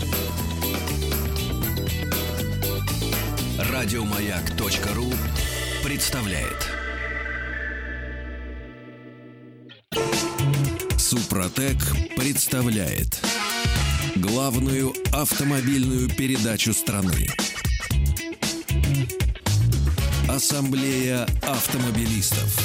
Радиомаяк.ру представляет. Супротек представляет главную автомобильную передачу страны. Ассамблея автомобилистов.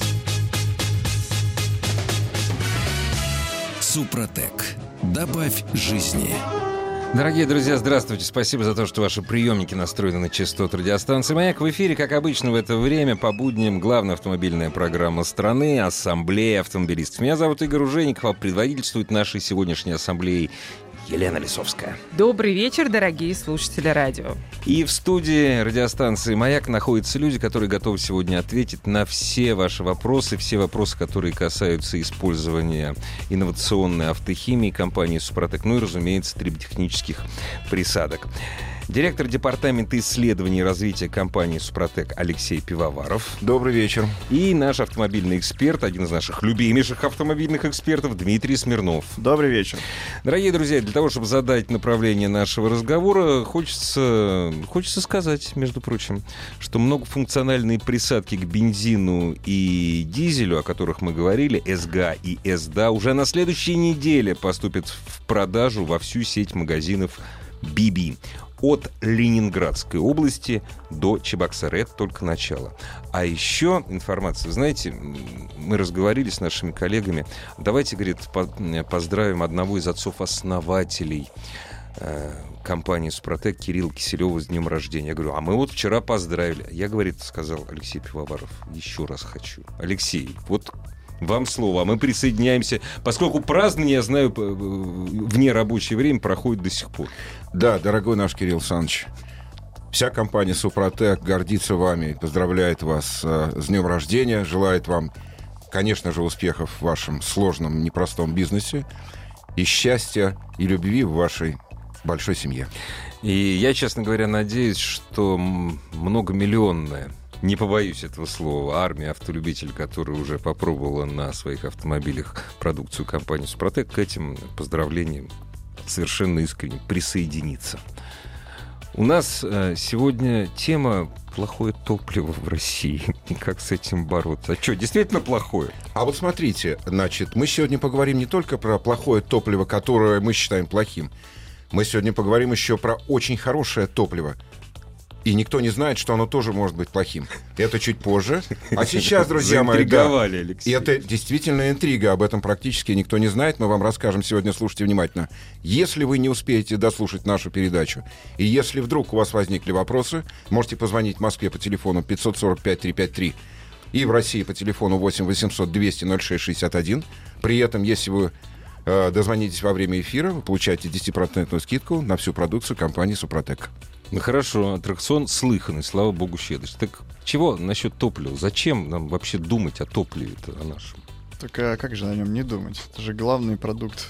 Супротек. Добавь жизни. Дорогие друзья, здравствуйте. Спасибо за то, что ваши приемники настроены на частоты радиостанции «Маяк». В эфире, как обычно, в это время, по будням, главная автомобильная программа страны «Ассамблея автомобилистов». Меня зовут Игорь Ужеников, а предводительствует нашей сегодняшней ассамблеи Елена Лисовская. Добрый вечер, дорогие слушатели радио. И в студии радиостанции «Маяк» находятся люди, которые готовы сегодня ответить на все ваши вопросы, которые касаются использования инновационной автохимии компании «Супротек», ну и, разумеется, триботехнических присадок. Директор департамента исследований и развития компании «Супротек» Алексей Пивоваров. Добрый вечер. И наш автомобильный эксперт, один из наших любимейших автомобильных экспертов, Дмитрий Смирнов. Добрый вечер. Дорогие друзья, для того, чтобы задать направление нашего разговора, хочется сказать, между прочим, что многофункциональные присадки к бензину и дизелю, о которых мы говорили, СГА и СДА, уже на следующей неделе поступят в продажу во всю сеть магазинов «Биби». От Ленинградской области до Чебоксара. Это только начало. А еще информация. Знаете, мы разговаривали с нашими коллегами. Давайте, говорит, поздравим одного из отцов-основателей компании «Супротек» Кирилла Киселева с днем рождения. Я говорю, а мы вот вчера поздравили. Я, говорит, сказал Алексей Пивоваров, еще раз хочу. Алексей, вот вам слово, а мы присоединяемся, поскольку празднование, я знаю, вне рабочее время проходит до сих пор. Да, дорогой наш Кирилл Александрович, вся компания «Супротек» гордится вами, поздравляет вас с днем рождения, желает вам, конечно же, успехов в вашем сложном, непростом бизнесе и счастья и любви в вашей большой семье. И я, честно говоря, надеюсь, что многомиллионная, не побоюсь этого слова, армия автолюбителей, которая уже попробовала на своих автомобилях продукцию компании «Супротек», к этим поздравлениям совершенно искренне присоединиться. У нас сегодня тема «Плохое топливо в России» и как с этим бороться. А что, действительно плохое? А вот смотрите, значит, мы сегодня поговорим не только про плохое топливо, которое мы считаем плохим. Мы сегодня поговорим еще про очень хорошее топливо. И никто не знает, что оно тоже может быть плохим. Это чуть позже. А сейчас, друзья мои, да, это действительно интрига. Об этом практически никто не знает. Мы вам расскажем сегодня. Слушайте внимательно. Если вы не успеете дослушать нашу передачу, и если вдруг у вас возникли вопросы, можете позвонить в Москве по телефону 545-353 и в России по телефону 8-800-200-06-61. При этом, если вы дозвонитесь во время эфира, вы получаете 10% скидку на всю продукцию компании «Супротек». Ну хорошо, аттракцион слыханный, слава богу, щедрость. Так чего насчет топлива? Зачем нам вообще думать о топливе-то, о нашем? Так а как же на нем не думать? Это же главный продукт,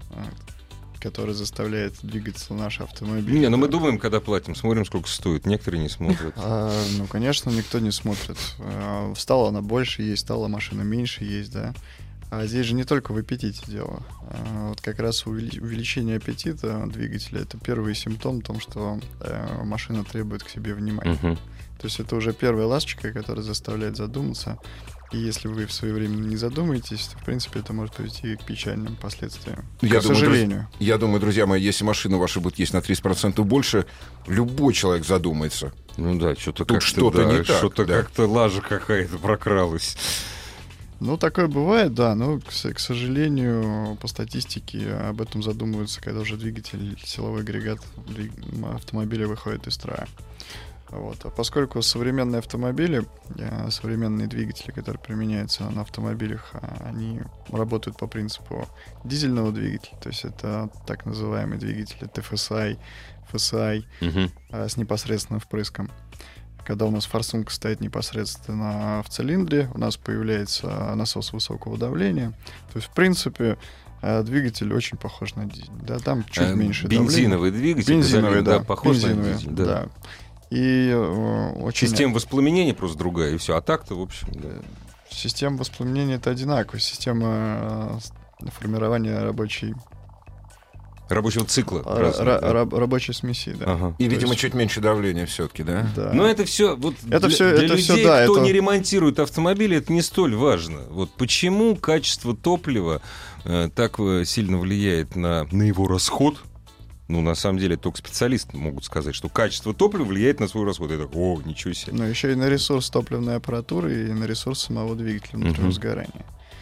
который заставляет двигаться наш автомобиль. Не, но мы думаем, когда платим, смотрим, сколько стоит. Некоторые не смотрят. Ну, конечно, никто не смотрит. Стала она больше есть, стала машина меньше есть, да. А здесь же не только в аппетите дело. Вот как раз увеличение аппетита двигателя — это первый симптом в том, что машина требует к себе внимания. То есть это уже первая ласточка, которая заставляет задуматься. И если вы в свое время не задумаетесь, то, в принципе, это может привести к печальным последствиям. К сожалению. Я думаю, друзья мои, если машина ваша будет есть на 30% больше, любой человек задумается. Ну да, что-то тут как-то, что-то не так. Что-то как-то лажа какая-то прокралась. Ну, такое бывает, да, но, к сожалению, по статистике об этом задумываются, когда уже двигатель, силовой агрегат автомобиля выходит из строя. Вот. А поскольку современные автомобили, современные двигатели, которые применяются на автомобилях, они работают по принципу дизельного двигателя, то есть это так называемые двигатели TFSI, FSI с непосредственным впрыском. Когда у нас форсунка стоит непосредственно в цилиндре, у нас появляется насос высокого давления. То есть, в принципе, двигатель очень похож на дизель. Да, там чуть меньше бензиновый давления. Двигатель, бензиновый, да, похож на дизель. Да. И очень... Система воспламенения просто другая, и все. А так-то, в общем, да. Система воспламенения — это одинаковая. Система формирования рабочей Рабочего цикла. Рабочей смеси, да. Ага. И, видимо, чуть меньше давления все-таки, да? Да. Но это все вот Это для всё, людей, да, кто это- не ремонтирует автомобили, это не столь важно. Вот почему качество топлива так сильно влияет на его расход? Ну, на самом деле, только специалисты могут сказать, что качество топлива влияет на свой расход. Я так, ничего себе. Но еще и на ресурс топливной аппаратуры, и на ресурс самого двигателя внутреннего сгорания.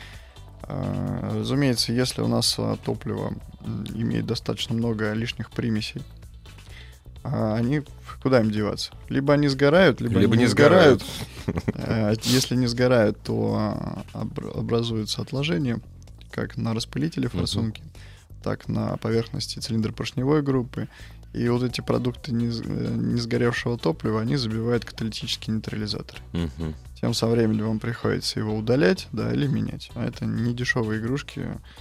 Разумеется, если у нас топливо имеет достаточно много лишних примесей, они куда им деваться? Либо они сгорают, либо они не сгорают. Если не сгорают, то образуются отложения как на распылителе форсунки, так на поверхности цилиндропоршневой группы. И вот эти продукты не сгоревшего топлива, они забивают каталитические нейтрализаторы. Тем со временем вам приходится его удалять, да, или менять. А это не дешевые игрушки,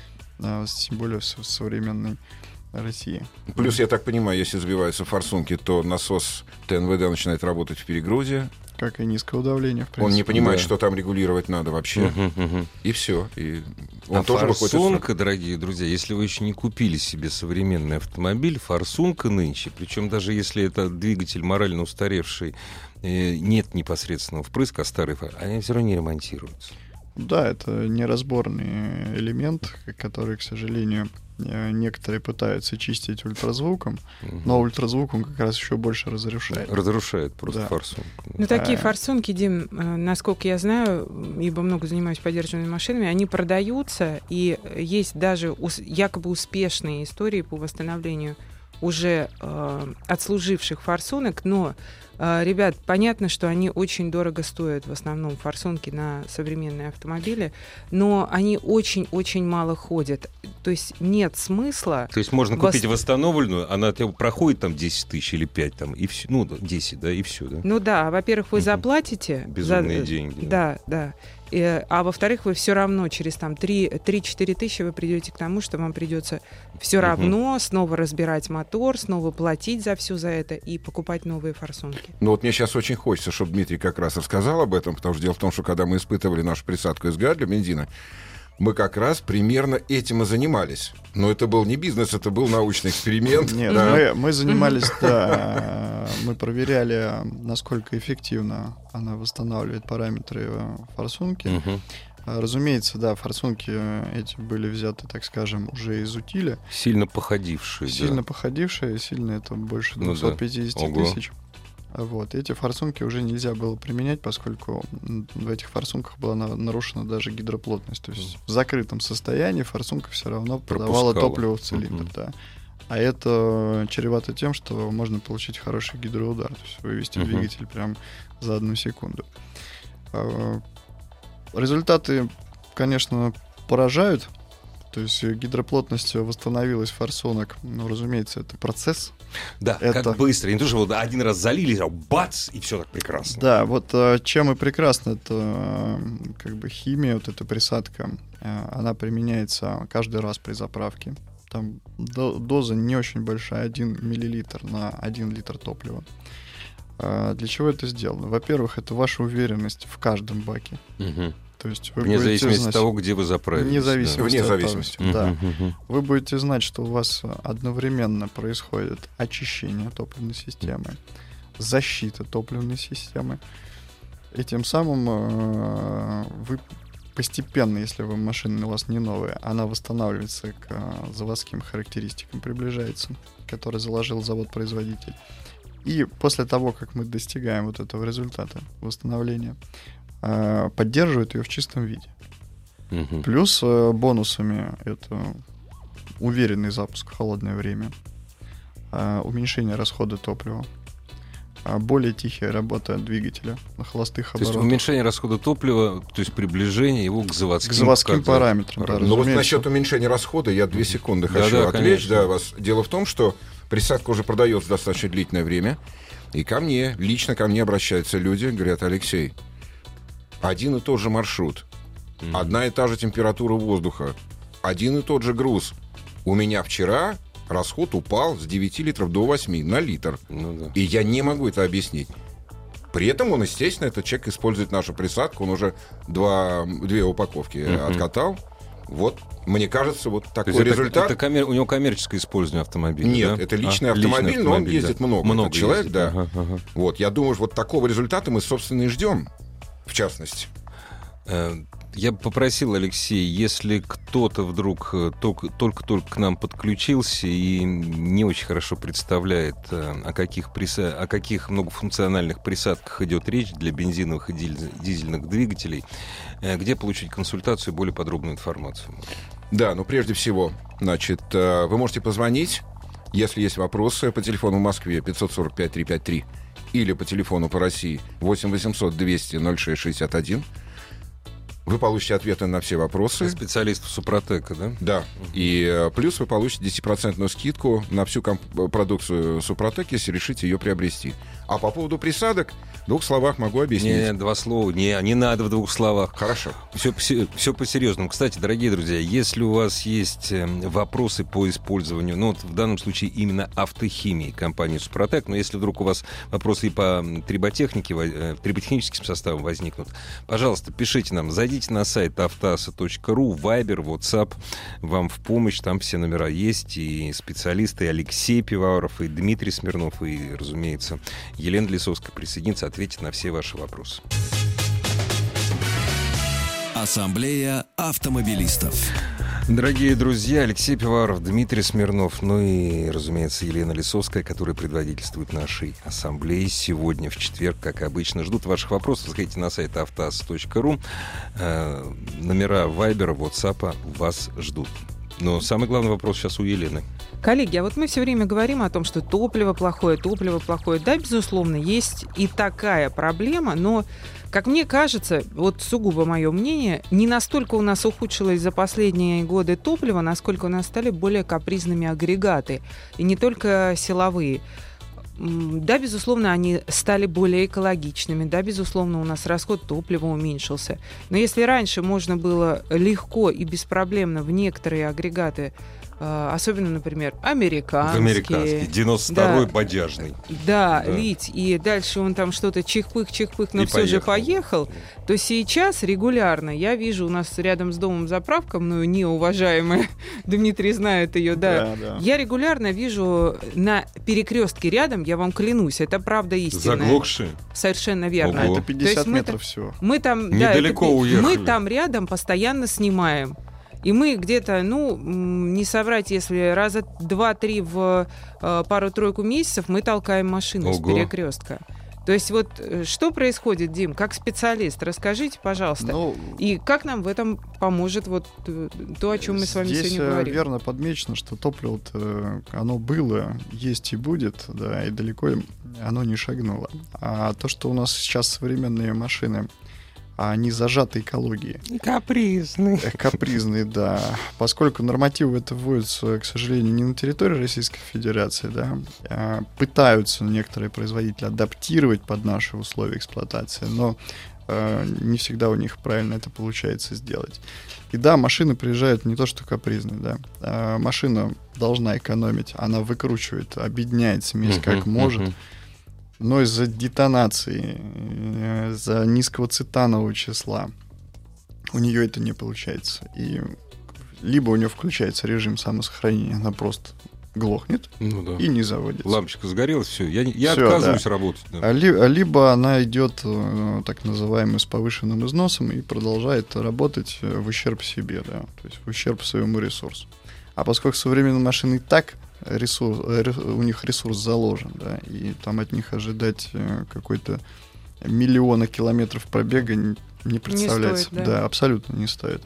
тем более в современной России. Плюс, я так понимаю, если забиваются форсунки, то насос ТНВД начинает работать в перегрузе. Как и низкого давления, в принципе. Он не понимает, Да. что там регулировать надо вообще. И все. И он тоже выходит из форсунка, дорогие друзья, если вы еще не купили себе современный автомобиль, форсунка нынче, причем даже если это двигатель морально устаревший, нет непосредственного впрыска, а старый, они все равно не ремонтируются. Да, это неразборный элемент, который, к сожалению, некоторые пытаются чистить ультразвуком, но ультразвук он как раз еще больше разрушает. Разрушает просто Да. форсунку. Ну, такие форсунки, Дим, насколько я знаю, ибо много занимаюсь подержанными машинами, они продаются, и есть даже якобы успешные истории по восстановлению уже отслуживших форсунок, но, ребят, понятно, что они очень дорого стоят, в основном форсунки на современные автомобили, но они очень-очень мало ходят. То есть нет смысла... То есть можно купить восстановленную, она проходит там 10 тысяч или 5, там, и все, 10, да, и все, да? Ну да, во-первых, вы заплатите... Безумные деньги. Да. А во-вторых, вы все равно через там 3-4 тысячи вы придете к тому, что вам придется все равно снова разбирать мотор, снова платить за это и покупать новые форсунки. Ну вот мне сейчас очень хочется, чтобы Дмитрий как раз рассказал об этом, потому что дело в том, что когда мы испытывали нашу присадку СГА для бензина, мы как раз примерно этим и занимались. Но это был не бизнес, это был научный эксперимент. Нет, Да. мы занимались, да, мы проверяли, насколько эффективно она восстанавливает параметры форсунки. Разумеется, да, форсунки эти были взяты, так скажем, уже из утиля. Сильно походившие. Сильно походившие, сильно это больше 250 тысяч. Вот. Эти форсунки уже нельзя было применять, поскольку в этих форсунках была нарушена даже гидроплотность. То есть в закрытом состоянии форсунка все равно подавала топливо в цилиндр. Да. А это чревато тем, что можно получить хороший гидроудар, то есть вывести двигатель прям за 1 секунду. Результаты, конечно, поражают. То есть гидроплотность восстановилась форсунок. Ну, разумеется, это процесс. Да, это... как быстро. Не то, что вот один раз залили, а бац, и все так прекрасно. Да, вот чем и прекрасно, это как бы химия, вот эта присадка, она применяется каждый раз при заправке. Там доза не очень большая, 1 миллилитр на 1 литр топлива. Для чего это сделано? Во-первых, это ваша уверенность в каждом баке. То есть вы вне зависимости знать, от того, где вы заправились. Вне зависимости. Вне зависимости. Да. Вы будете знать, что у вас одновременно происходит очищение топливной системы, защита топливной системы. И тем самым вы постепенно, если машина у вас не новая, она восстанавливается к заводским характеристикам, приближается, которые заложил завод-производитель. И после того, как мы достигаем вот этого результата восстановления, поддерживают ее в чистом виде. Плюс бонусами это уверенный запуск в холодное время, уменьшение расхода топлива, более тихая работа двигателя на холостых оборотах. То есть уменьшение расхода топлива, то есть приближение его к заводским параметрам. Да, но вот насчет уменьшения расхода я 2 секунды хочу отвлечь вас. Дело в том, что присадка уже продается достаточно длительное время, и лично ко мне обращаются люди, говорят: Алексей, один и тот же маршрут, одна и та же температура воздуха, один и тот же груз. У меня вчера расход упал с 9 литров до 8 на литр. И я не могу это объяснить. При этом он, естественно, этот человек использует нашу присадку, он уже 2 упаковки откатал. Вот, мне кажется, вот То такой есть результат. у него коммерческое использование автомобиля? Нет, да? это личный автомобиль, но он ездит много. Много Этот человек, ездит. да. Ага. Вот, я думаю, вот такого результата мы, собственно, и ждем, в частности. Я бы попросил, Алексей, если кто-то вдруг только-только к нам подключился и не очень хорошо представляет, о каких многофункциональных присадках идет речь для бензиновых и дизельных двигателей, где получить консультацию и более подробную информацию? Да, но прежде всего, значит, вы можете позвонить, если есть вопросы, по телефону в Москве 545-353 или по телефону по России 8 800 200 0661. Вы получите ответы на все вопросы. Специалистов Супротека, да? Да. И плюс вы получите 10% скидку на всю продукцию Супротек, если решите ее приобрести. А по поводу присадок, в 2 словах могу объяснить. Не, 2 слова. Не надо в 2 словах. Хорошо. Все по-серьезному. Кстати, дорогие друзья, если у вас есть вопросы по использованию, ну, вот в данном случае именно автохимии компании Супротек, но если вдруг у вас вопросы и по триботехнике, триботехническим составам возникнут, пожалуйста, пишите нам, зайдите на сайт автоаса.ру, Viber, WhatsApp, вам в помощь, там все номера есть, и специалисты, и Алексей Пивоваров, и Дмитрий Смирнов, и, разумеется, Елена Лисовская присоединится, ответит на все ваши вопросы. Ассамблея автомобилистов. Дорогие друзья, Алексей Пивоваров, Дмитрий Смирнов, ну и, разумеется, Елена Лисовская, которая предводительствует нашей ассамблее сегодня, в четверг, как обычно. Ждут ваших вопросов. Заходите на сайт автоаса.ру. Номера Вайбера, WhatsApp вас ждут. Но самый главный вопрос сейчас у Елены. Коллеги, а вот мы все время говорим о том, что топливо плохое. Да, безусловно, есть и такая проблема, но, как мне кажется, вот сугубо мое мнение, не настолько у нас ухудшилось за последние годы топливо, насколько у нас стали более капризными агрегаты, и не только силовые. Да, безусловно, они стали более экологичными. Да, безусловно, у нас расход топлива уменьшился. Но если раньше можно было легко и беспроблемно в некоторые агрегаты, особенно, например, американские. 92-й бодяжный. Да, лить, и дальше он там что-то чих-пых, но все же поехал, то сейчас регулярно я вижу у нас рядом с домом заправка, мною неуважаемая, Дмитрий знает ее, да. Я регулярно вижу на перекрестке рядом, я вам клянусь, это правда истинная. Заглохшие? Совершенно верно. Это 50 метров всего. Мы там, недалеко уехали. Мы там рядом постоянно снимаем. И мы где-то, не соврать, если раза 2-3 в пару-тройку месяцев мы толкаем машину с перекрестка. То есть вот что происходит, Дим, как специалист, расскажите, пожалуйста. И как нам в этом поможет вот то, о чем мы с вами сегодня говорим? Здесь верно подмечено, что топливо-то оно было, есть и будет, да, и далеко оно не шагнуло. А то, что у нас сейчас современные машины, они зажаты экологией. Капризные, да. Поскольку нормативы это вводятся, к сожалению, не на территории Российской Федерации, да, пытаются некоторые производители адаптировать под наши условия эксплуатации, но не всегда у них правильно это получается сделать. И да, машины приезжают не то что капризные, да. Машина должна экономить, она выкручивает, объединяет смесь как может. Но из-за детонации, из-за низкого цетанового числа у нее это не получается. И либо у нее включается режим самосохранения, она просто глохнет и не заводится. Лампочка загорелась, все, я отказываюсь работать. Да. Либо она идет так называемым с повышенным износом и продолжает работать в ущерб себе, да, то есть в ущерб своему ресурсу. А поскольку современные машины и так у них ресурс заложен, да, и там от них ожидать какой-то миллиона километров пробега не представляется. Не стоит, да, абсолютно не стоит.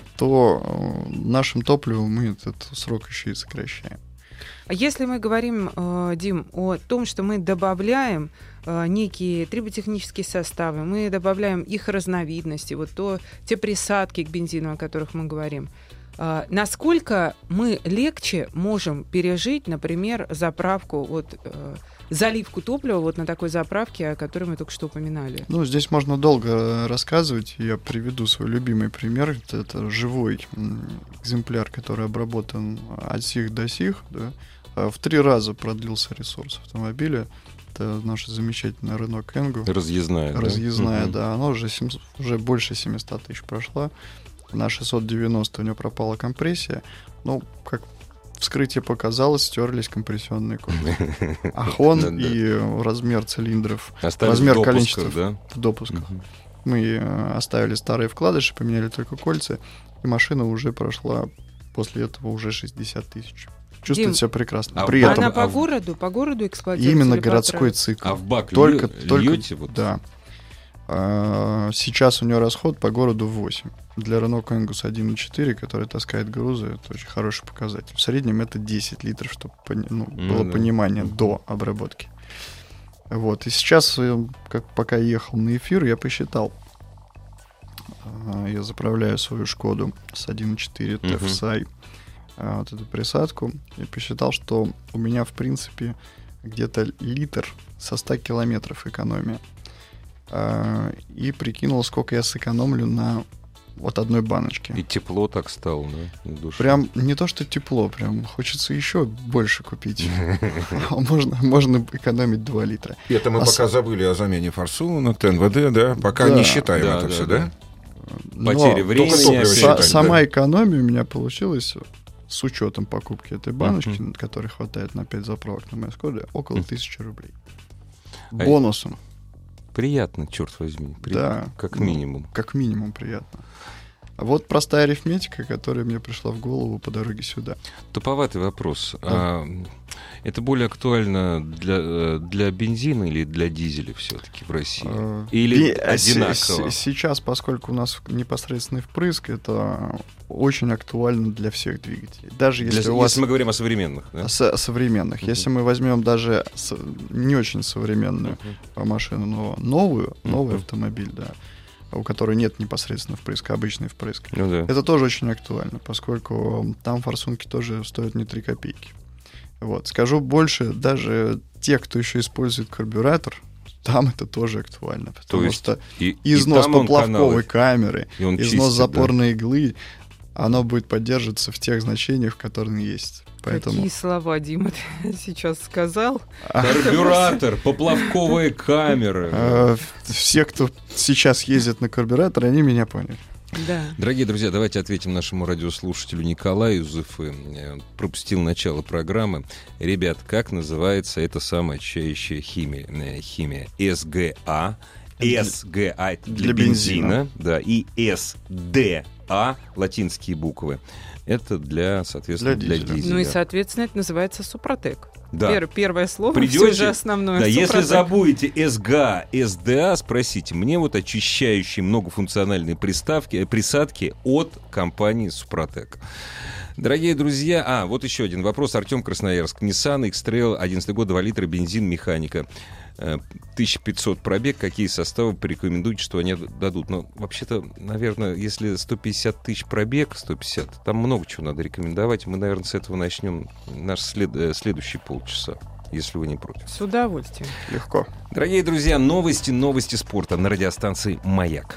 То нашим топливом мы этот срок еще и сокращаем. Если мы говорим, Дим, о том, что мы добавляем некие триботехнические составы, мы добавляем их разновидности, вот те присадки к бензину, о которых мы говорим, насколько мы легче можем пережить, например, заправку, заливку топлива на такой заправке, о которой мы только что упоминали? Здесь можно долго рассказывать. Я приведу свой любимый пример. Это живой экземпляр, который обработан от сих до сих. Да. В 3 раза продлился ресурс автомобиля. Это наша замечательная Renault Kangoo. Разъездная, да? Да. Она уже больше 700 тысяч прошла. На 690 у него пропала компрессия. Ну, как вскрытие показало, стерлись компрессионные кольца. Ахон и размер цилиндров, размер количества в допусках. Мы оставили старые вкладыши, поменяли только кольца, и машина уже прошла после этого уже 60 тысяч. Чувствует себя прекрасно. При этом, она по городу эксплуатируется? Именно городской цикл. А в бак только льете? Вот? Да. Сейчас у него расход по городу 8. Для Renault Kangoo 1.4, который таскает грузы, это очень хороший показатель. В среднем это 10 литров, чтобы было понимание до обработки. Вот. И сейчас, пока ехал на эфир, я посчитал. Я заправляю свою Шкоду с 1.4 TFSI, вот эту присадку, и посчитал, что у меня, в принципе, где-то литр со 100 километров экономия. И прикинул, сколько я сэкономлю на вот одной баночке. И тепло так стало, да? Прям не то, что тепло, прям хочется еще больше купить. Можно экономить 2 литра. Это мы пока забыли о замене форсунок, ТНВД, да? Пока не считаем это все, да? Потери времени. Сама экономия у меня получилась с учетом покупки этой баночки, которой хватает на 5 заправок на моей Шкоде, около 1000 рублей. Бонусом. Приятно, черт возьми. Да. Как минимум. Как минимум приятно. А вот простая арифметика, которая мне пришла в голову по дороге сюда. Туповатый вопрос. Да. Это более актуально для бензина или для дизеля все-таки в России? Или одинаково? Сейчас, поскольку у нас непосредственный впрыск, это очень актуально для всех двигателей. Даже если если мы говорим о современных. Да? Современных. Если мы возьмем даже не очень современную машину, но новый автомобиль, да, у которой нет непосредственно впрыска, обычный впрыск. Это тоже очень актуально, поскольку там форсунки тоже стоят не 3 копейки. Вот. Скажу больше, даже те, кто еще использует карбюратор, там это тоже актуально. Потому что износ поплавковой камеры, износ запорной иглы, оно будет поддерживаться в тех значениях, в которых есть. Поэтому... Какие слова, Дима, ты сейчас сказал? Карбюратор, поплавковая камера. Все, кто сейчас ездит на карбюратор, они меня поняли. Да. Дорогие друзья, давайте ответим нашему радиослушателю Николаю из Уфы. Пропустил начало программы. Ребят, как называется эта самая очищающая химия? СГА. СГА для бензина. Да, и СДА, латинские буквы. Это соответственно, для дизеля. Ну и, соответственно, это называется Супротек. Да. Первое слово, все же основное. Да, если забудете СГА, СДА, спросите. Мне вот очищающие многофункциональные присадки от компании Супротек. Дорогие друзья, вот еще один вопрос. Артем, Красноярск. Nissan X-Trail, 11 год, 2 литра, бензин, механика. 1500 пробег. Какие составы порекомендуете, что они дадут? Ну, вообще-то, наверное, если 150 тысяч пробег, 150, там много чего надо рекомендовать. Мы, наверное, с этого начнем наш следующие полчаса, если вы не против. С удовольствием. Легко. Дорогие друзья, новости спорта на радиостанции «Маяк».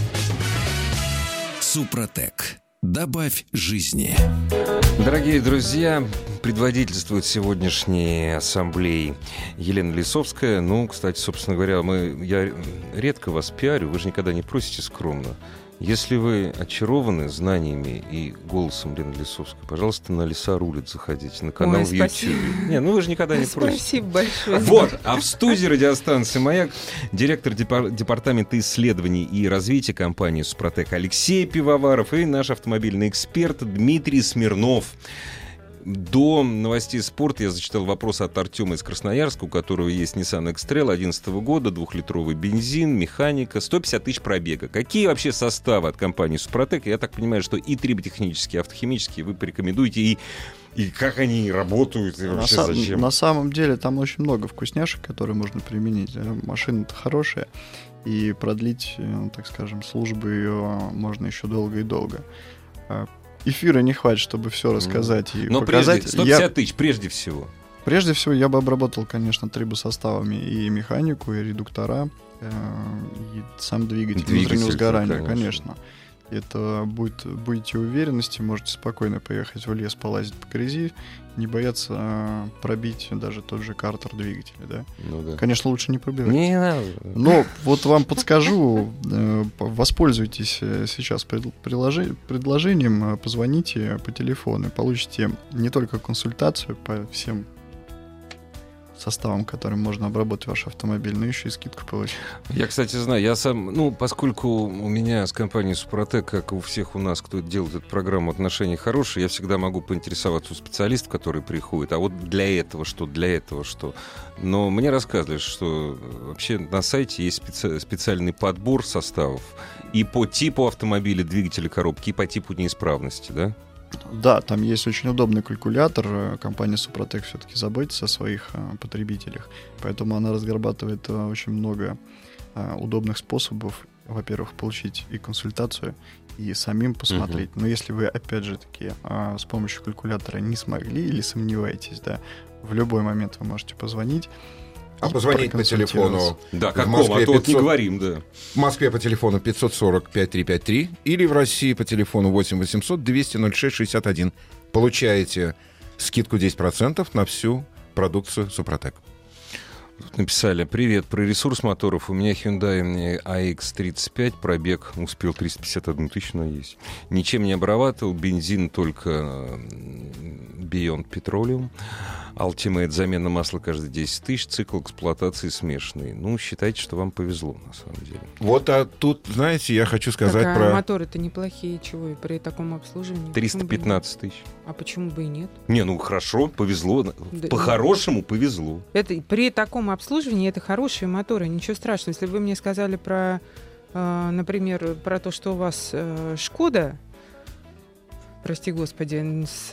Супротек. Добавь жизни. Дорогие друзья, предводительствует сегодняшней ассамблеи Елена Лисовская. Ну, кстати, собственно говоря, я редко вас пиарю, вы же никогда не просите скромно. Если вы очарованы знаниями и голосом Лены Лисовской, пожалуйста, на «Лиса рулит» заходите, на канал в YouTube. Вы же никогда не просите. Спасибо большое. Вот, а в студии радиостанции «Маяк» директор департамента исследований и развития компании «Супротек» Алексей Пивоваров и наш автомобильный эксперт Дмитрий Смирнов. До новостей спорта я зачитал вопрос от Артема из Красноярска, у которого есть Nissan X-Trail 2011 года, 2-литровый бензин, механика, 150 тысяч пробега. Какие вообще составы от компании Супротек? Я так понимаю, что и триботехнические, и автохимические вы порекомендуете, и как они работают, и вообще зачем? На самом деле там очень много вкусняшек, которые можно применить. Машина-то хорошая, и продлить, так скажем, службу ее можно еще долго и долго. Эфира не хватит, чтобы все рассказать и показать. 150 тысяч, прежде всего. Прежде всего, я бы обработал, конечно, трибосоставами и механику, и редуктора, и сам двигатель внутреннего сгорания, конечно. Это будете уверенности, можете спокойно поехать в лес, полазить по грязи, не бояться пробить даже тот же картер двигателя, да? Ну, да. Конечно, лучше не пробивать. Не надо. Но вот вам подскажу, воспользуйтесь сейчас предложением, позвоните по телефону, получите не только консультацию по всем составом, которым можно обработать ваш автомобиль, но еще и скидку получить. Я, кстати, знаю, я сам, поскольку у меня с компанией Супротек, как и у всех у нас, кто делает эту программу, отношения хорошие, я всегда могу поинтересоваться у специалистов, которые приходят, а вот для этого что. Но мне рассказывали, что вообще на сайте есть специальный подбор составов и по типу автомобиля, двигателя, коробки, и по типу неисправности, да? Да, там есть очень удобный калькулятор. Компания Супротек все-таки заботится о своих потребителях, поэтому она разрабатывает очень много удобных способов, во-первых, получить и консультацию, и самим посмотреть. Но если вы, опять же таки, с помощью калькулятора не смогли или сомневаетесь, да, в любой момент вы можете позвонить. А позвонить по телефону. Да, какому? А то вот не говорим, да. В Москве по телефону 540-5353 или в России по телефону 8-800-200-06-61. Получаете скидку 10% на всю продукцию Супротек. Написали: привет, про ресурс моторов. У меня Hyundai AX35, пробег успел 351 тысячу, но есть. Ничем не обрабатывал, бензин только Beyond Petroleum. Ultimate, замена масла каждые 10 тысяч, цикл эксплуатации смешанный. Считайте, что вам повезло, на самом деле. Вот, а тут, знаете, я хочу сказать так, про... моторы-то неплохие, чего, и при таком обслуживании? 315 тысяч. А почему бы и нет? Хорошо, повезло. Да, по-хорошему повезло. При таком обслуживании это хорошие моторы, ничего страшного. Если бы вы мне сказали про, например, про то, что у вас Шкода, прости господи, с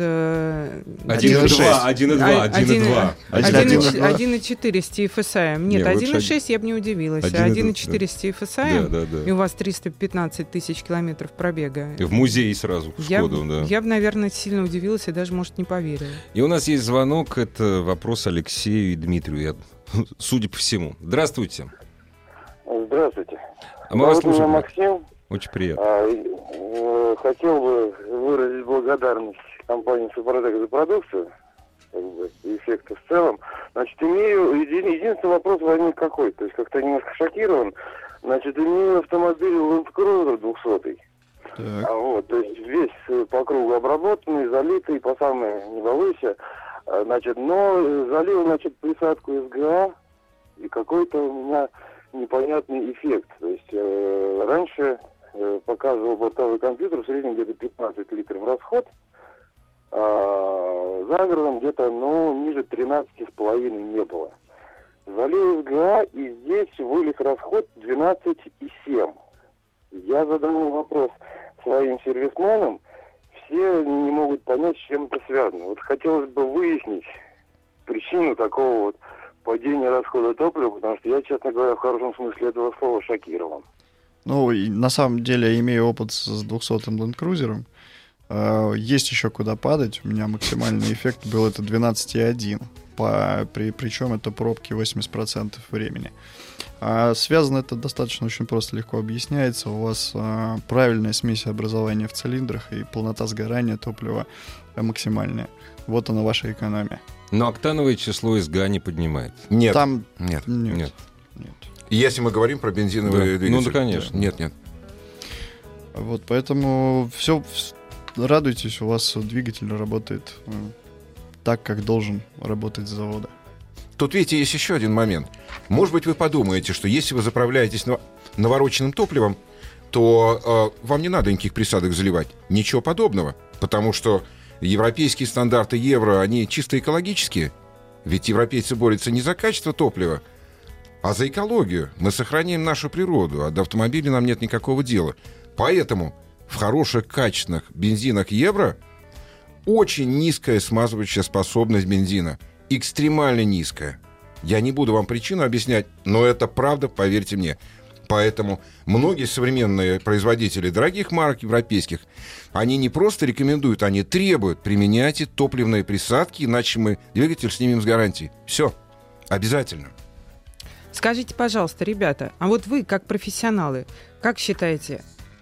1.4 с TFSI. Нет, 1.6 я бы не удивилась. 1.4 с TFSI, и у вас 315 тысяч километров пробега. В музей сразу, в Шкоду, да. Я бы, наверное, сильно удивилась и даже, может, не поверила. И у нас есть звонок, это вопрос Алексею и Дмитрию, судя по всему. Здравствуйте. Здравствуйте. А мы вас слушаем. Максим. Очень приятно. Хотел бы выразить благодарность компании Супротек за продукцию, эффекты в целом. Значит, единственный вопрос возник какой, то есть как-то немножко шокирован. Значит, имею автомобиль Land Cruiser 200. То есть весь по кругу обработанный, залитый, по самой не балуйся. Значит, но залил, присадку СГА, и какой-то у меня непонятный эффект. То есть раньше показывал бортовой компьютер в среднем где-то 15 литров расход, а за городом где-то, ниже 13,5 не было. Залил СГА, и здесь вылез расход 12,7. Я задал вопрос своим сервисменам, все не могут понять, с чем это связано. Вот хотелось бы выяснить причину такого вот падения расхода топлива, потому что я, честно говоря, в хорошем смысле этого слова шокирован. И на самом деле я имею опыт с 200-м Land Cruiser. Есть еще куда падать. У меня максимальный эффект был это 12,1. Причем это пробки 80% времени. Связано это достаточно очень просто, легко объясняется. У вас правильная смесь образования в цилиндрах и полнота сгорания топлива максимальная. Вот она, ваша экономия. Но октановое число СГА не поднимает. Нет. Там... Нет. Если мы говорим про бензиновые двигатели. Да, конечно. Нет. Вот, поэтому все радуйтесь, у вас двигатель работает так, как должен работать с завода. Тут, видите, есть еще один момент. Может быть, вы подумаете, что если вы заправляетесь навороченным топливом, то вам не надо никаких присадок заливать. Ничего подобного. Потому что европейские стандарты Евро, они чисто экологические. Ведь европейцы борются не за качество топлива, а за экологию. Мы сохраняем нашу природу, а до автомобиля нам нет никакого дела. Поэтому в хороших, качественных бензинах Евро очень низкая смазывающая способность бензина. Экстремально низкая. Я не буду вам причину объяснять, но это правда, поверьте мне. Поэтому многие современные производители дорогих марок европейских, они не просто рекомендуют, они требуют: применяйте топливные присадки, иначе мы двигатель снимем с гарантии. Все. Обязательно. Скажите, пожалуйста, ребята, а вот вы, как профессионалы, как считаете,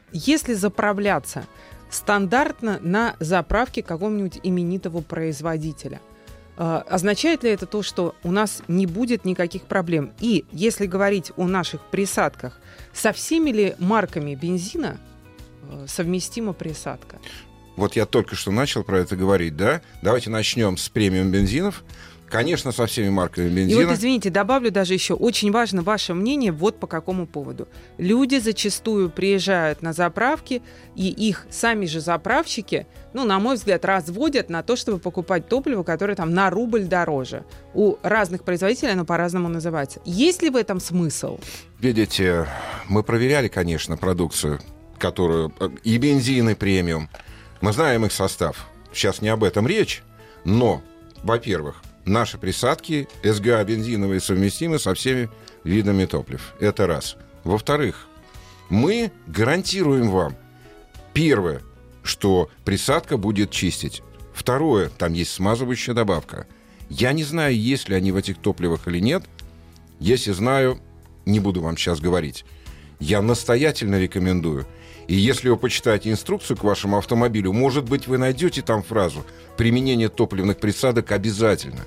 если заправляться стандартно на заправке какого-нибудь именитого производителя, означает ли это то, что у нас не будет никаких проблем? И если говорить о наших присадках, со всеми ли марками бензина совместима присадка? Вот я только что начал про это говорить, да? Давайте начнем с премиум бензинов. Конечно, со всеми марками бензина. И вот, извините, добавлю даже еще, очень важно ваше мнение вот по какому поводу. Люди зачастую приезжают на заправки, и их сами же заправщики, на мой взгляд, разводят на то, чтобы покупать топливо, которое там на рубль дороже. У разных производителей оно по-разному называется. Есть ли в этом смысл? Видите, мы проверяли, конечно, продукцию, которую и бензин, и премиум. Мы знаем их состав. Сейчас не об этом речь, но, во-первых, наши присадки СГА бензиновые совместимы со всеми видами топлив. Это раз. Во-вторых, мы гарантируем вам, первое, что присадка будет чистить. Второе, там есть смазывающая добавка. Я не знаю, есть ли они в этих топливах или нет. Если знаю, не буду вам сейчас говорить. Я настоятельно рекомендую. И если вы почитаете инструкцию к вашему автомобилю, может быть, вы найдете там фразу «применение топливных присадок обязательно».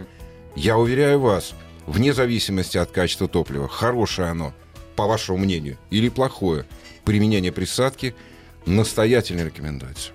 Я уверяю вас, вне зависимости от качества топлива, хорошее оно, по вашему мнению, или плохое, применение присадки настоятельно рекомендуется.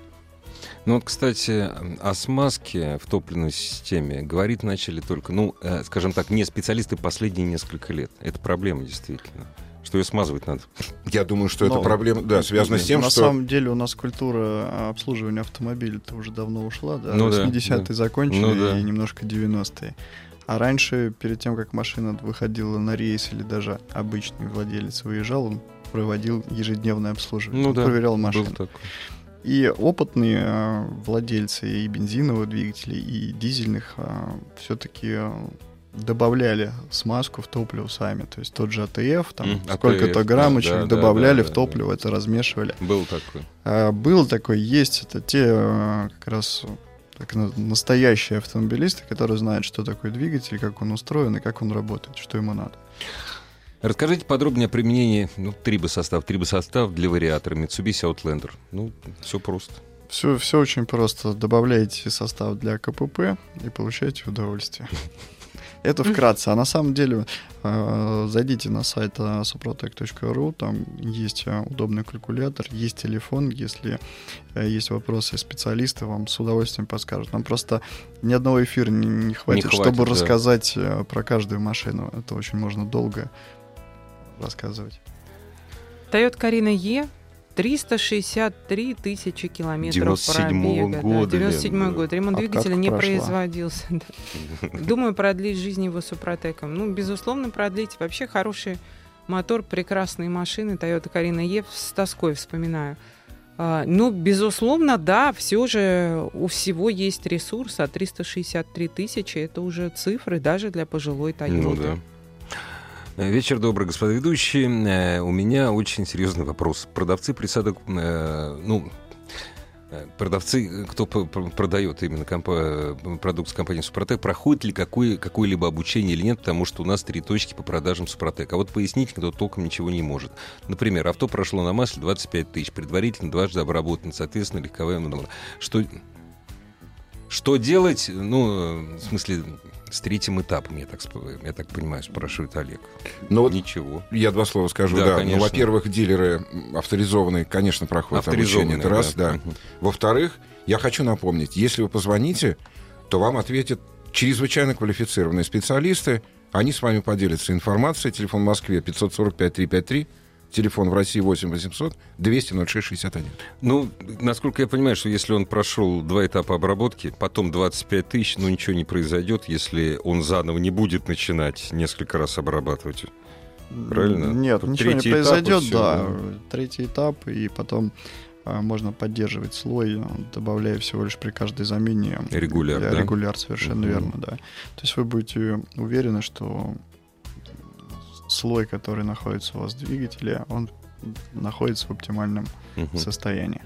Кстати, о смазке в топливной системе говорить начали только, скажем так, не специалисты последние несколько лет. Это проблема, действительно. Что ее смазывать надо. Я думаю, что эта проблема, связана с тем, что... На самом деле у нас культура обслуживания автомобиля-то уже давно ушла, да? 80-е закончили и немножко 90-е. А раньше, перед тем, как машина выходила на рейс или даже обычный владелец выезжал, он проводил ежедневное обслуживание, проверял машину. И опытные владельцы и бензиновых двигателей, и дизельных все-таки добавляли смазку в топливо сами. То есть тот же АТФ, там сколько-то граммочек добавляли в топливо, это размешивали. Был такой. Был такой, есть. Это те как раз настоящие автомобилисты, которые знают, что такое двигатель, как он устроен и как он работает, что ему надо. Расскажите подробнее о применении трибосостав для вариатора Mitsubishi Outlander. Все просто. Все очень просто. Добавляете состав для КПП и получаете удовольствие. Это вкратце. А на самом деле зайдите на сайт suprotec.ru, там есть удобный калькулятор, есть телефон. Если есть вопросы, специалисты вам с удовольствием подскажут. Нам просто ни одного эфира не хватит, чтобы рассказать про каждую машину. Это очень можно долго рассказывать. Toyota Carina E, 363 тысячи километров пробега. 97 год. Ремонт двигателя не производился. Думаю, продлить жизнь его Супротеком. Безусловно, продлить. Вообще хороший мотор, прекрасные машины. Toyota Carina E с тоской вспоминаю. Безусловно, да, все же у всего есть ресурс, а 363 тысячи — это уже цифры даже для пожилой Toyota. Вечер добрый, господа ведущие. У меня очень серьезный вопрос. Продавцы присадок, продавцы, кто продает именно продукцию компании Супротек, проходит ли какое-либо обучение или нет, потому что у нас 3 точки по продажам Супротек. А вот пояснить никто толком ничего не может. Например, авто прошло на масле 25 тысяч, предварительно дважды обработано, соответственно, легковая. Что делать? В смысле, с третьим этапом, я так понимаю, спрашивает Олег. Ничего. Я 2 слова скажу. Да. Во-первых, дилеры авторизованные, конечно, проходят обучение. Это раз, да. Во-вторых, я хочу напомнить, если вы позвоните, то вам ответят чрезвычайно квалифицированные специалисты. Они с вами поделятся информацией. Телефон в Москве 545-353. Телефон в России 8-800-200-06-61. Насколько я понимаю, что если он прошел 2 этапа обработки, потом 25 тысяч, ничего не произойдет, если он заново не будет начинать несколько раз обрабатывать. Правильно? Нет, ничего не произойдет, да. 3-й этап, и потом можно поддерживать слой, добавляя всего лишь при каждой замене регуляр, совершенно верно, да. То есть вы будете уверены, что слой, который находится у вас в двигателе, он находится в оптимальном состоянии.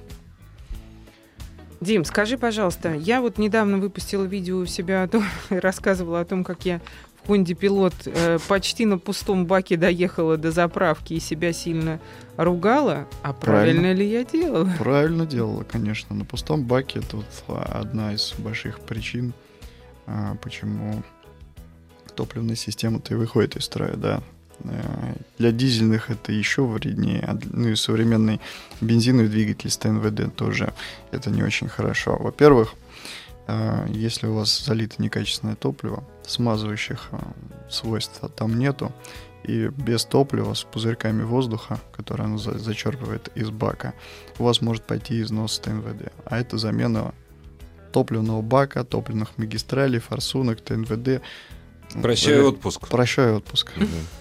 Дим, скажи, пожалуйста, я вот недавно выпустила видео у себя, рассказывала о том, как я Honda Pilot почти на пустом баке доехала до заправки и себя сильно ругала. А правильно ли я делала? Правильно делала, конечно. На пустом баке это вот одна из больших причин, почему топливная система-то и выходит из строя, да. Для дизельных это еще вреднее. Ну и современный бензиновый двигатель с ТНВД тоже это не очень хорошо. Во-первых, если у вас залито некачественное топливо, смазывающих свойств там нету, и без топлива с пузырьками воздуха, которые оно зачерпывает из бака, у вас может пойти износ ТНВД. А это замена топливного бака, топливных магистралей, форсунок, ТНВД. Прощай отпуск. Прощай отпуск.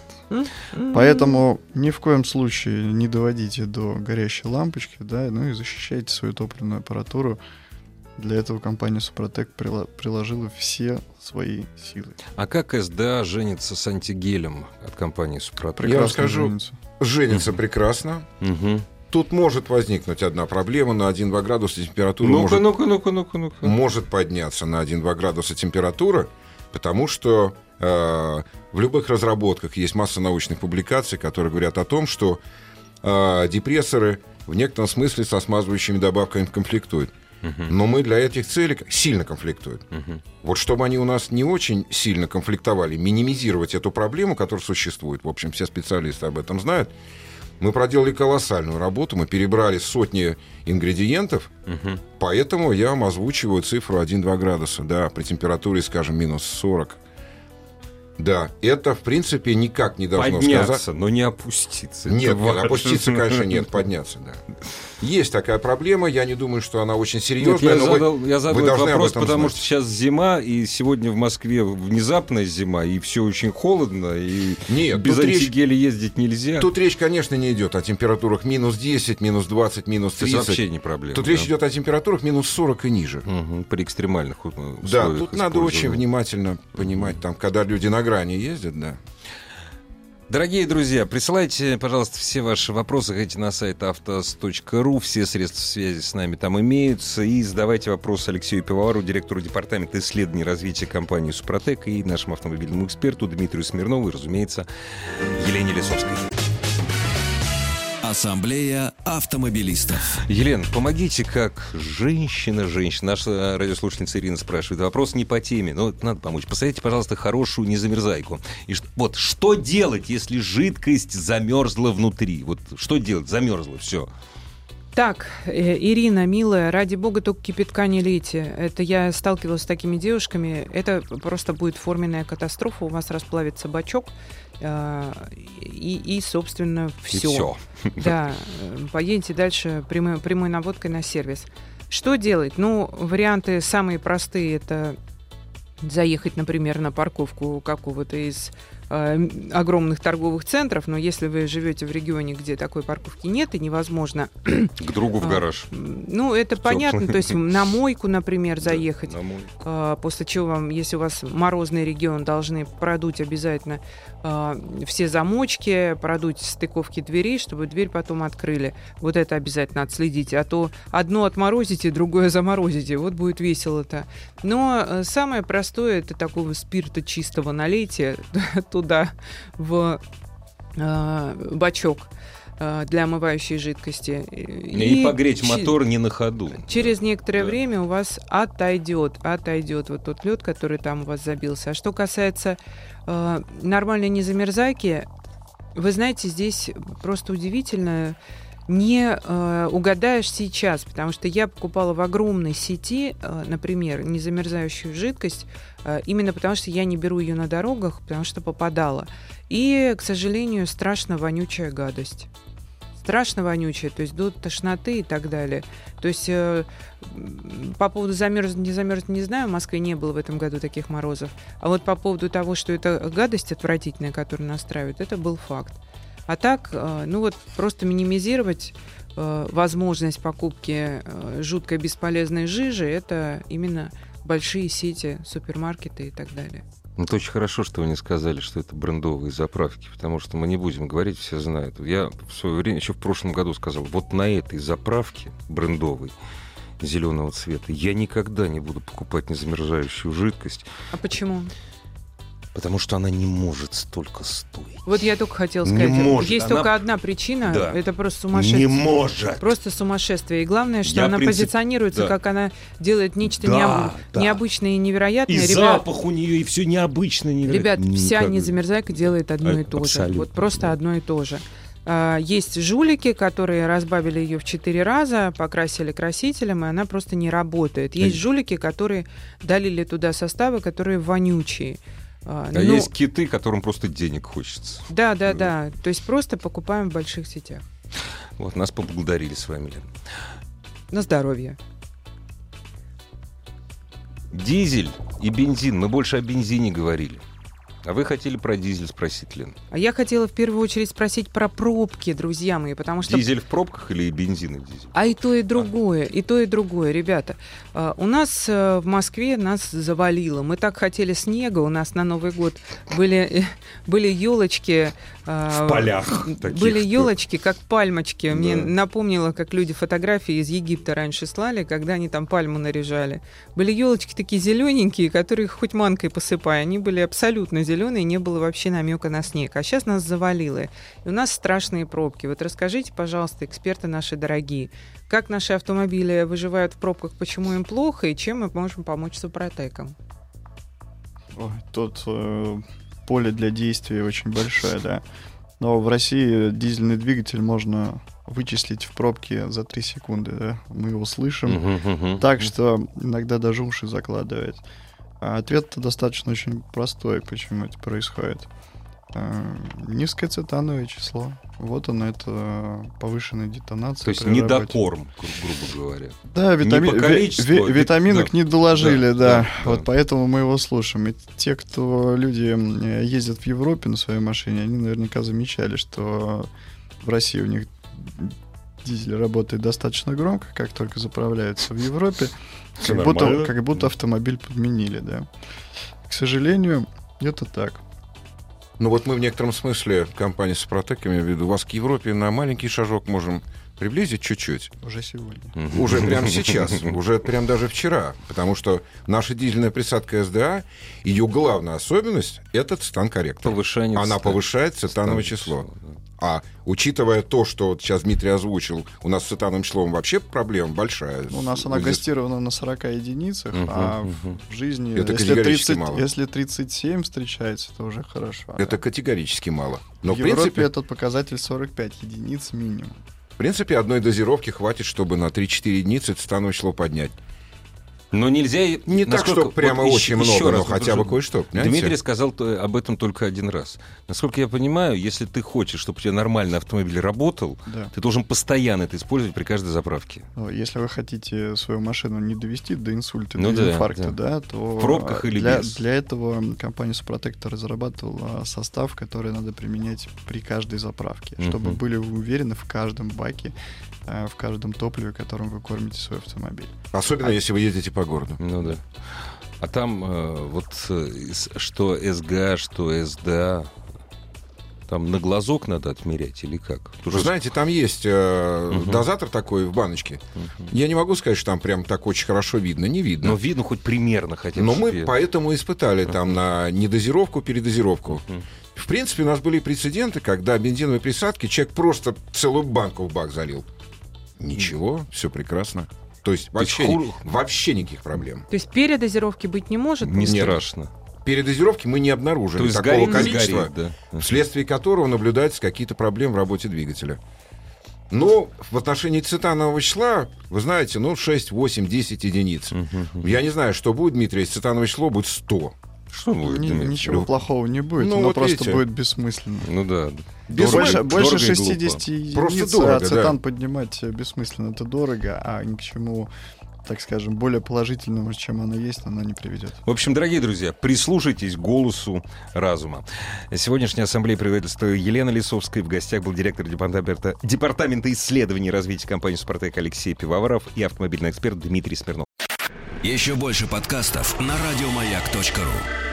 Поэтому ни в коем случае не доводите до горящей лампочки, да, ну и защищайте свою топливную аппаратуру. Для этого компания Супротек приложила все свои силы. А как СДА женится с антигелем от компании Супротек? Я вам скажу, женится прекрасно. Тут может возникнуть одна проблема. На 1-2 градуса температура может подняться на 1-2 градуса температура, потому что в любых разработках есть масса научных публикаций, которые говорят о том, что депрессоры в некотором смысле со смазывающими добавками конфликтуют. Но мы для этих целей сильно конфликтуют. Вот чтобы они у нас не очень сильно конфликтовали, минимизировать эту проблему, которая существует, в общем, все специалисты об этом знают, мы проделали колоссальную работу, мы перебрали сотни ингредиентов, поэтому я вам озвучиваю цифру 1-2 градуса, да, при температуре, скажем, минус 40. Да, это, в принципе, никак не должно подняться, сказать... но не опуститься. Нет, опуститься, конечно, нет, подняться, да. Есть такая проблема, я не думаю, что она очень серьезная. Я задал этот вопрос, потому что сейчас зима, и сегодня в Москве внезапная зима, и все очень холодно, и без антигеля ездить нельзя. Тут речь, конечно, не идет о температурах минус 10, минус 20, минус 30. Это вообще не проблема. Тут речь идет о температурах минус 40 и ниже. При экстремальных условиях. Да, тут надо очень внимательно понимать, там, когда люди на грани ездят, да. Дорогие друзья, присылайте, пожалуйста, все ваши вопросы, ходите на сайт автос.ру, все средства связи с нами там имеются, и задавайте вопросы Алексею Пивовару, директору департамента исследований и развития компании «Супротек», и нашему автомобильному эксперту Дмитрию Смирнову, и, разумеется, Елене Лисовской. Ассамблея автомобилистов. Елена, помогите, как женщина. Наша радиослушательница Ирина спрашивает. Вопрос не по теме, но надо помочь. Посоветуйте, пожалуйста, хорошую незамерзайку. И вот что делать, если жидкость замерзла внутри? Вот что делать? Замерзла, все. Так, Ирина, милая, ради бога, только кипятка не лейте. Это я сталкивалась с такими девушками. Это просто будет форменная катастрофа. У вас расплавится бачок. И собственно, все. Да, поедете дальше прямой наводкой на сервис. Что делать? Ну, варианты самые простые — это заехать, например, на парковку какого-то из огромных торговых центров, но если вы живете в регионе, где такой парковки нет и невозможно... К другу в гараж. Ну, это понятно, то есть на мойку, например, заехать, после чего вам, если у вас морозный регион, должны продуть обязательно все замочки, продуть стыковки дверей, чтобы дверь потом открыли. Вот это обязательно отследите, а то одно отморозите, другое заморозите, вот будет весело-то. Но самое простое — это такого спирта чистого налейте туда, в бачок для омывающей жидкости. И погреть мотор не на ходу. Через некоторое время у вас отойдет вот тот лед, который там у вас забился. А что касается нормальной незамерзайки, вы знаете, здесь просто удивительно, не угадаешь сейчас, потому что я покупала в огромной сети, например, незамерзающую жидкость, именно потому что я не беру ее на дорогах, потому что попадала. И, к сожалению, страшно вонючая гадость. Страшно вонючая, то есть до тошноты и так далее. То есть по поводу замерзнуть, не знаю, в Москве не было в этом году таких морозов. А вот по поводу того, что это гадость отвратительная, которую настраивают, это был факт. А так, ну вот просто минимизировать возможность покупки жуткой бесполезной жижи, это именно большие сети, супермаркеты и так далее. Это очень хорошо, что вы не сказали, что это брендовые заправки, потому что мы не будем говорить, все знают. Я в свое время, еще в прошлом году сказал, вот на этой заправке брендовой зеленого цвета я никогда не буду покупать незамерзающую жидкость. А почему? Потому что она не может столько стоить. Вот я только хотела Не сказать, может. есть Она- только одна причина, Да. это просто сумасшествие. Не может. Просто сумасшествие. И главное, что Я она принцип- позиционируется, да. как она делает нечто Да, да. необычное и невероятное. И Ребят, запах у нее, и все необычно. Ребят, вся Никак. незамерзайка делает одно и то же. Абсолютно, Вот просто да. одно и то же. Есть жулики, которые разбавили ее в 4 раза, покрасили красителем, и она просто не работает. Есть жулики, которые долили туда составы, которые вонючие. А Ну, есть киты, которым просто денег хочется. Да. То есть просто покупаем в больших сетях. Вот, нас поблагодарили с вами, Лен. На здоровье. Дизель и бензин. Мы больше о бензине говорили. А вы хотели про дизель спросить, Лен? А я хотела в первую очередь спросить про пробки, друзья мои, потому что... Дизель в пробках или бензин и дизель? А и то, и другое, ребята. У нас в Москве нас завалило. Мы так хотели снега. У нас на Новый год были елочки. В полях таких. Были елочки, как пальмочки. Да. Мне напомнило, как люди фотографии из Египта раньше слали, когда они там пальму наряжали. Были елочки такие зелененькие, которые хоть манкой посыпай. Они были абсолютно зеленые, не было вообще намека на снег. А сейчас нас завалило. И у нас страшные пробки. Вот расскажите, пожалуйста, эксперты наши дорогие, как наши автомобили выживают в пробках, почему им плохо и чем мы можем помочь Супротеком? Ой, тут поле для действия очень большое, да. Но в России дизельный двигатель можно вычислить в пробке за 3 секунды, да. Мы его слышим. Так что иногда даже уши закладывает. А ответ достаточно очень простой, почему это происходит. Низкое цетановое число. Вот оно, это повышенная детонация. То есть при работе. недокорм, грубо говоря. Да, Не по количеству, витаминок да. не доложили, да. Да. Вот поэтому мы его слушаем. И те, кто люди ездят в Европе на своей машине, они наверняка замечали, что в России у них дизель работает достаточно громко, как только заправляются в Европе, Всё как нормально. будто автомобиль подменили, да. К сожалению, это так. Ну вот мы в некотором смысле, компания Супротек, имею в виду, вас к Европе на маленький шажок можем приблизить чуть-чуть. Уже сегодня. Уже прямо сейчас, уже прям даже вчера. Потому что наша дизельная присадка СДА, ее главная особенность — это цетан-корректор. Повышение Она цетана. повышает цетановое число. А учитывая то, что вот сейчас Дмитрий озвучил, у нас с цетановым числом вообще проблема большая. У нас она Здесь- гастирована на 40 единицах, а в жизни, Это если категорически мало. если 37 встречается, то уже хорошо. Это категорически мало. Но в в Европе принципе, этот показатель 45 единиц минимум. в принципе, одной дозировки хватит, чтобы на 3-4 единицы цетановое число поднять. Но нельзя... Не так, насколько- что прямо вот очень еще много, раз но хотя бы кое-что. понимаете? Дмитрий сказал об этом только один раз. Насколько я понимаю, если ты хочешь, чтобы у тебя нормальный автомобиль работал, Да. ты должен постоянно это использовать при каждой заправке. Но если вы хотите свою машину не довести до инсульта, Ну до да, инфаркта, да. да, то В пробках или без? для этого компания Супротек разрабатывала состав, который надо применять при каждой заправке, чтобы Мгм. были уверены в каждом баке, в каждом топливе, которым вы кормите свой автомобиль. Особенно, если вы едете по городу. Ну да. А там что СГА, что СДА, там на глазок надо отмерять или как? Вы знаете, там есть дозатор такой в баночке. Я не могу сказать, что там прям так очень хорошо видно. Не видно. Но видно хоть примерно хотя бы. Но мы себе. поэтому испытали там на недозировку, передозировку. В принципе, у нас были прецеденты, когда бензиновые присадки человек просто целую банку в бак залил. Ничего, все прекрасно. То есть вообще, вообще никаких проблем. То есть передозировки быть не может? Не Нет. страшно. Передозировки мы не обнаружили То есть такого сгорит, количества, сгорит, да. вследствие которого наблюдаются какие-то проблемы в работе двигателя. Но в отношении цетанового числа, вы знаете, 6, 8, 10 единиц. Я не знаю, что будет, Дмитрий, если цетановое число будет 100. Что будет, Дмитрий? Ничего плохого не будет, Ну, оно вот просто видите. будет бессмысленно. Ну да. Больше Дорого и 60 единиц, Просто дорого, цетан да. поднимать бессмысленно. Это дорого, а ни к чему, так скажем, более положительному, чем оно есть, оно не приведет. В общем, дорогие друзья, прислушайтесь к голосу разума. Сегодняшняя ассамблея председательства Елена Лисовская. В гостях был директор департамента исследований и развития компании «Супротек» Алексей Пивоваров и автомобильный эксперт Дмитрий Смирнов. Еще больше подкастов на радиомаяк.ру.